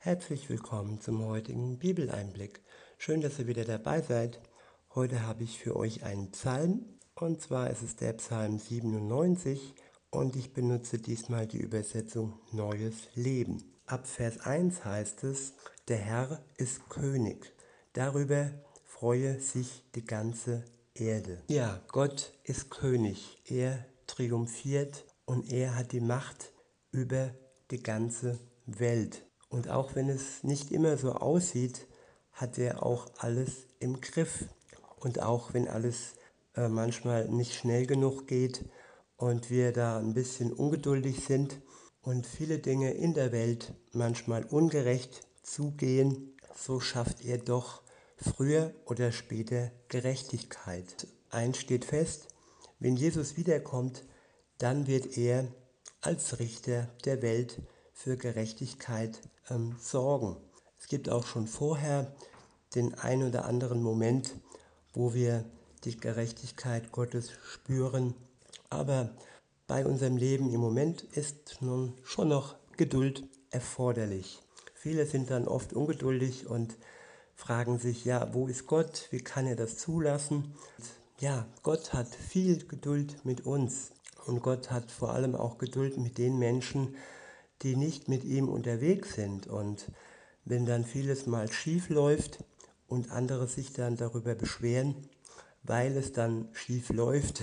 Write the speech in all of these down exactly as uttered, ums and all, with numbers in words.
Herzlich willkommen zum heutigen Bibeleinblick. Schön, dass ihr wieder dabei seid. Heute habe ich für euch einen Psalm, und zwar ist es der Psalm siebenundneunzig und ich benutze diesmal die Übersetzung Neues Leben. Ab Vers eins heißt es: Der Herr ist König, darüber freue sich die ganze Erde. Ja, Gott ist König, er triumphiert und er hat die Macht über die ganze Welt. Und auch wenn es nicht immer so aussieht, hat er auch alles im Griff. Und auch wenn alles äh, manchmal nicht schnell genug geht und wir da ein bisschen ungeduldig sind und viele Dinge in der Welt manchmal ungerecht zugehen, so schafft er doch früher oder später Gerechtigkeit. Eins steht fest: Wenn Jesus wiederkommt, dann wird er als Richter der Welt für Gerechtigkeit ähm, sorgen. Es gibt auch schon vorher den ein oder anderen Moment, wo wir die Gerechtigkeit Gottes spüren. Aber bei unserem Leben im Moment ist nun schon noch Geduld erforderlich. Viele sind dann oft ungeduldig und fragen sich, ja, wo ist Gott? Wie kann er das zulassen? Ja, Gott hat viel Geduld mit uns und Gott hat vor allem auch Geduld mit den Menschen, die nicht mit ihm unterwegs sind. Und wenn dann vieles mal schief läuft und andere sich dann darüber beschweren, weil es dann schief läuft,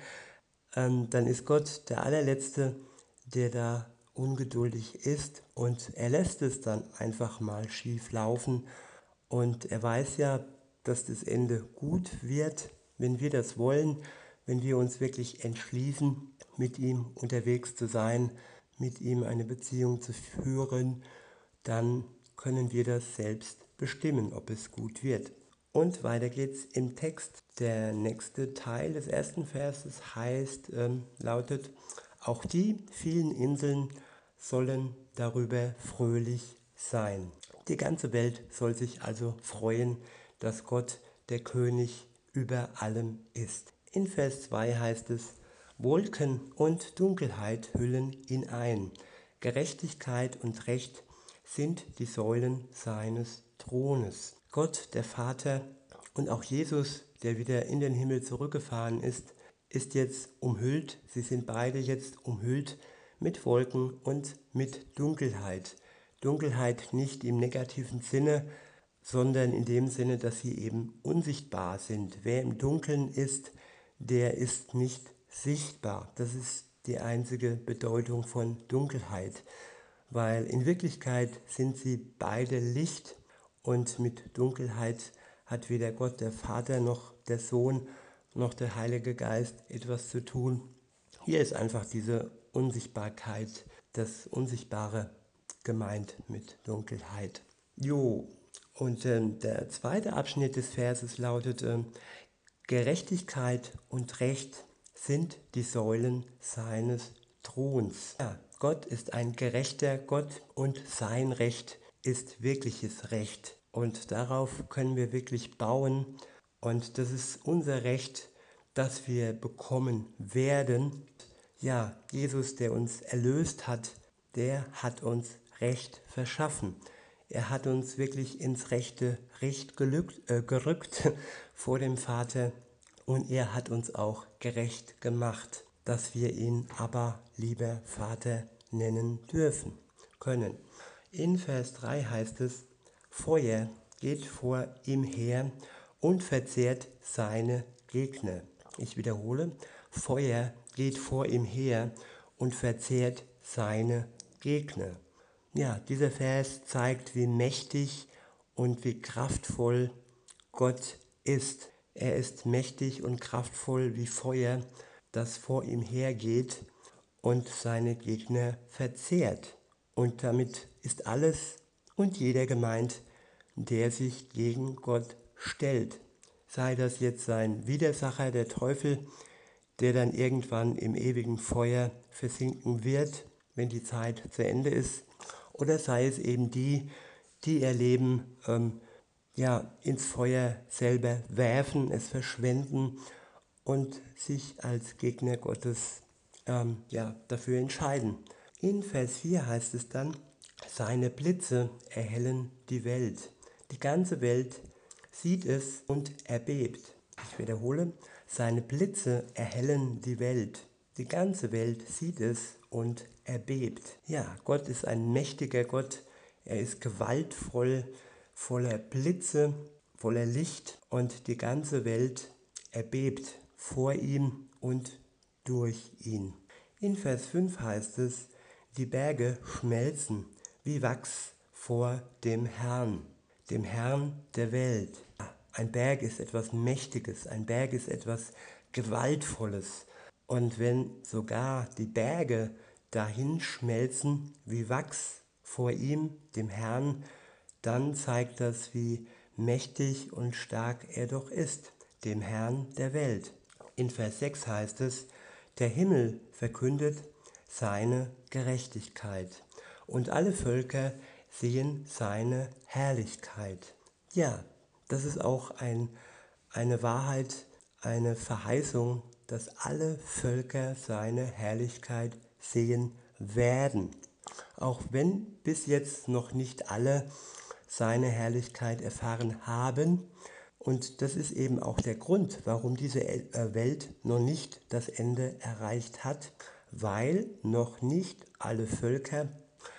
ähm, dann ist Gott der allerletzte, der da ungeduldig ist, und er lässt es dann einfach mal schief laufen. Und er weiß ja, dass das Ende gut wird, wenn wir das wollen, wenn wir uns wirklich entschließen, mit ihm unterwegs zu sein, mit ihm eine Beziehung zu führen, dann können wir das selbst bestimmen, ob es gut wird. Und weiter geht's im Text. Der nächste Teil des ersten Verses heißt, ähm, lautet: Auch die vielen Inseln sollen darüber fröhlich sein. Die ganze Welt soll sich also freuen, dass Gott der König über allem ist. In Vers zwei heißt es: Wolken und Dunkelheit hüllen ihn ein. Gerechtigkeit und Recht sind die Säulen seines Thrones. Gott, der Vater, und auch Jesus, der wieder in den Himmel zurückgefahren ist, ist jetzt umhüllt. Sie sind beide jetzt umhüllt mit Wolken und mit Dunkelheit. Dunkelheit nicht im negativen Sinne, sondern in dem Sinne, dass sie eben unsichtbar sind. Wer im Dunkeln ist, der ist nicht sichtbar. Das ist die einzige Bedeutung von Dunkelheit, weil in Wirklichkeit sind sie beide Licht, und mit Dunkelheit hat weder Gott der Vater noch der Sohn noch der Heilige Geist etwas zu tun. Hier ist einfach diese Unsichtbarkeit, das Unsichtbare gemeint mit Dunkelheit. Jo, und ähm, der zweite Abschnitt des Verses lautet: ähm, Gerechtigkeit und Recht sind die Säulen seines Throns. Ja, Gott ist ein gerechter Gott und sein Recht ist wirkliches Recht. Und darauf können wir wirklich bauen. Und das ist unser Recht, das wir bekommen werden. Ja, Jesus, der uns erlöst hat, der hat uns Recht verschaffen. Er hat uns wirklich ins rechte Licht gelückt, äh, gerückt vor dem Vater, und er hat uns auch gerecht gemacht, dass wir ihn aber lieber Vater nennen dürfen, können. In Vers drei heißt es: Feuer geht vor ihm her und verzehrt seine Gegner. Ich wiederhole: Feuer geht vor ihm her und verzehrt seine Gegner. Ja, dieser Vers zeigt, wie mächtig und wie kraftvoll Gott ist. Er ist mächtig und kraftvoll wie Feuer, das vor ihm hergeht und seine Gegner verzehrt. Und damit ist alles und jeder gemeint, der sich gegen Gott stellt. Sei das jetzt sein Widersacher, der Teufel, der dann irgendwann im ewigen Feuer versinken wird, wenn die Zeit zu Ende ist, oder sei es eben die, die ihr Leben ähm, ja, ins Feuer selber werfen, es verschwenden und sich als Gegner Gottes ähm, ja, dafür entscheiden. In Vers vier heißt es dann: Seine Blitze erhellen die Welt. Die ganze Welt sieht es und erbebt. Ich wiederhole, seine Blitze erhellen die Welt. Die ganze Welt sieht es und erbebt. Ja, Gott ist ein mächtiger Gott. Er ist gewaltvoll, voller Blitze, voller Licht und die ganze Welt erbebt vor ihm und durch ihn. In Vers fünf heißt es, die Berge schmelzen wie Wachs vor dem Herrn, dem Herrn der Welt. Ein Berg ist etwas Mächtiges, ein Berg ist etwas Gewaltvolles. Und wenn sogar die Berge dahin schmelzen wie Wachs vor ihm, dem Herrn, dann zeigt das, wie mächtig und stark er doch ist, dem Herrn der Welt. In Vers sechs heißt es, der Himmel verkündet seine Gerechtigkeit und alle Völker sehen seine Herrlichkeit. Ja, das ist auch ein, eine Wahrheit, eine Verheißung, dass alle Völker seine Herrlichkeit sehen werden. Auch wenn bis jetzt noch nicht alle seine Herrlichkeit erfahren haben. Und das ist eben auch der Grund, warum diese Welt noch nicht das Ende erreicht hat, weil noch nicht alle Völker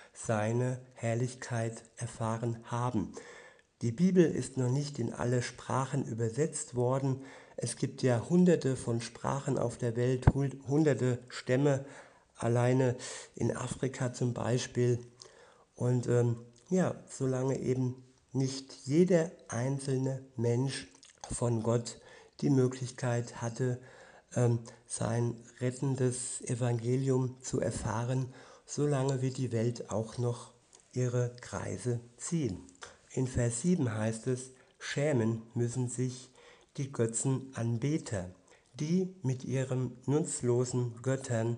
seine Herrlichkeit erfahren haben. Die Bibel ist noch nicht in alle Sprachen übersetzt worden. Es gibt ja hunderte von Sprachen auf der Welt, hunderte Stämme, alleine in Afrika zum Beispiel. Und ähm, ja, solange eben nicht jeder einzelne Mensch von Gott die Möglichkeit hatte, ähm, sein rettendes Evangelium zu erfahren, solange wird die Welt auch noch ihre Kreise ziehen. In Vers sieben heißt es, schämen müssen sich die Götzenanbeter, die mit ihren nutzlosen Göttern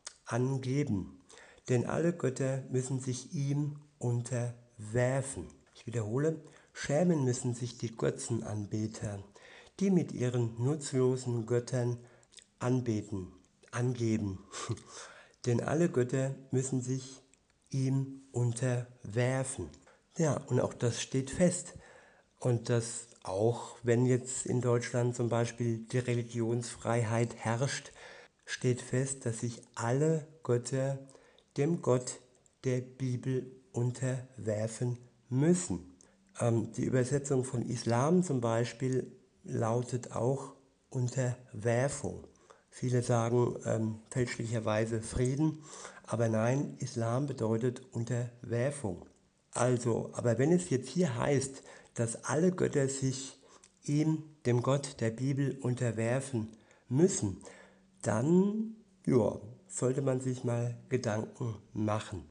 angeben. Denn alle Götter müssen sich ihm unterwerfen. Ich wiederhole, schämen müssen sich die Götzenanbeter, die mit ihren nutzlosen Göttern anbeten, angeben. Denn alle Götter müssen sich ihm unterwerfen. Ja, und auch das steht fest. Und das auch, wenn jetzt in Deutschland zum Beispiel die Religionsfreiheit herrscht, steht fest, dass sich alle Götter dem Gott der Bibel unterwerfen müssen. Ähm, die Übersetzung von Islam zum Beispiel lautet auch Unterwerfung. Viele sagen ähm, fälschlicherweise Frieden, aber nein, Islam bedeutet Unterwerfung. Also, aber wenn es jetzt hier heißt, dass alle Götter sich ihm, dem Gott der Bibel, unterwerfen müssen, dann ja, sollte man sich mal Gedanken machen.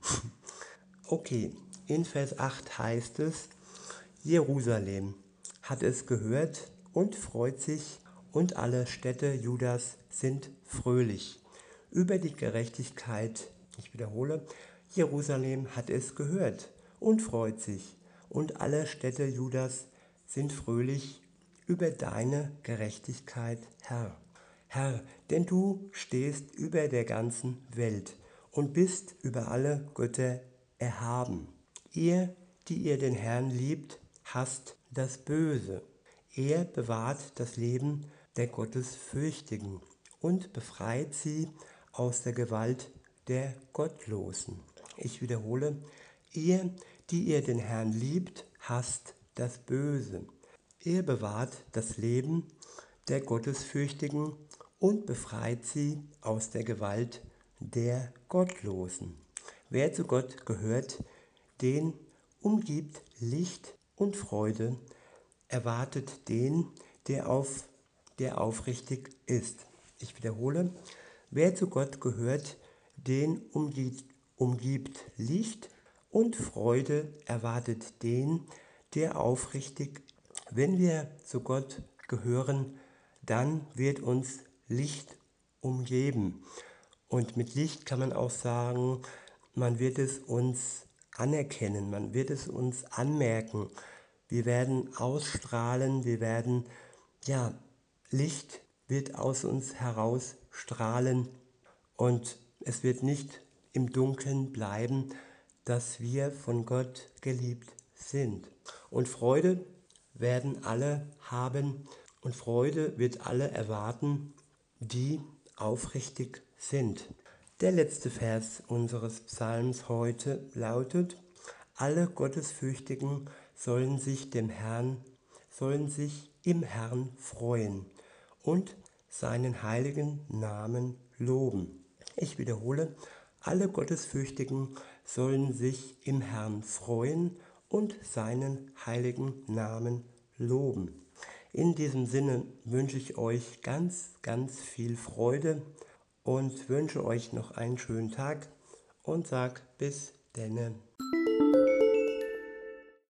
Okay, in Vers acht heißt es, Jerusalem hat es gehört und freut sich, und alle Städte Judas sind fröhlich über die Gerechtigkeit. Ich wiederhole, Jerusalem hat es gehört und freut sich, und alle Städte Judas sind fröhlich über deine Gerechtigkeit, Herr. Herr, denn du stehst über der ganzen Welt und bist über alle Götter erhaben. Ihr, die ihr den Herrn liebt, hasst das Böse. Er bewahrt das Leben der Gottesfürchtigen und befreit sie aus der Gewalt der Gottlosen. Ich wiederhole, ihr, die ihr den Herrn liebt, hasst das Böse. Er bewahrt das Leben der Gottesfürchtigen und befreit sie aus der Gewalt der Gottlosen. Wer zu Gott gehört, den umgibt Licht und Freude, erwartet den, der, auf, der aufrichtig ist. Ich wiederhole, wer zu Gott gehört, den umgibt, umgibt Licht und Freude, erwartet den, der aufrichtig ist. Wenn wir zu Gott gehören, dann wird uns Licht umgeben. Und mit Licht kann man auch sagen, man wird es uns anerkennen, man wird es uns anmerken. Wir werden ausstrahlen, wir werden, ja, Licht wird aus uns heraus strahlen und es wird nicht im Dunkeln bleiben, dass wir von Gott geliebt sind. Und Freude werden alle haben und Freude wird alle erwarten, die aufrichtig sind. Der letzte Vers unseres Psalms heute lautet: Alle Gottesfürchtigen sollen sich dem Herrn, sollen sich im Herrn freuen und seinen heiligen Namen loben. Ich wiederhole: Alle Gottesfürchtigen sollen sich im Herrn freuen und seinen heiligen Namen loben. In diesem Sinne wünsche ich euch ganz, ganz viel Freude und wünsche euch noch einen schönen Tag und sag bis denne.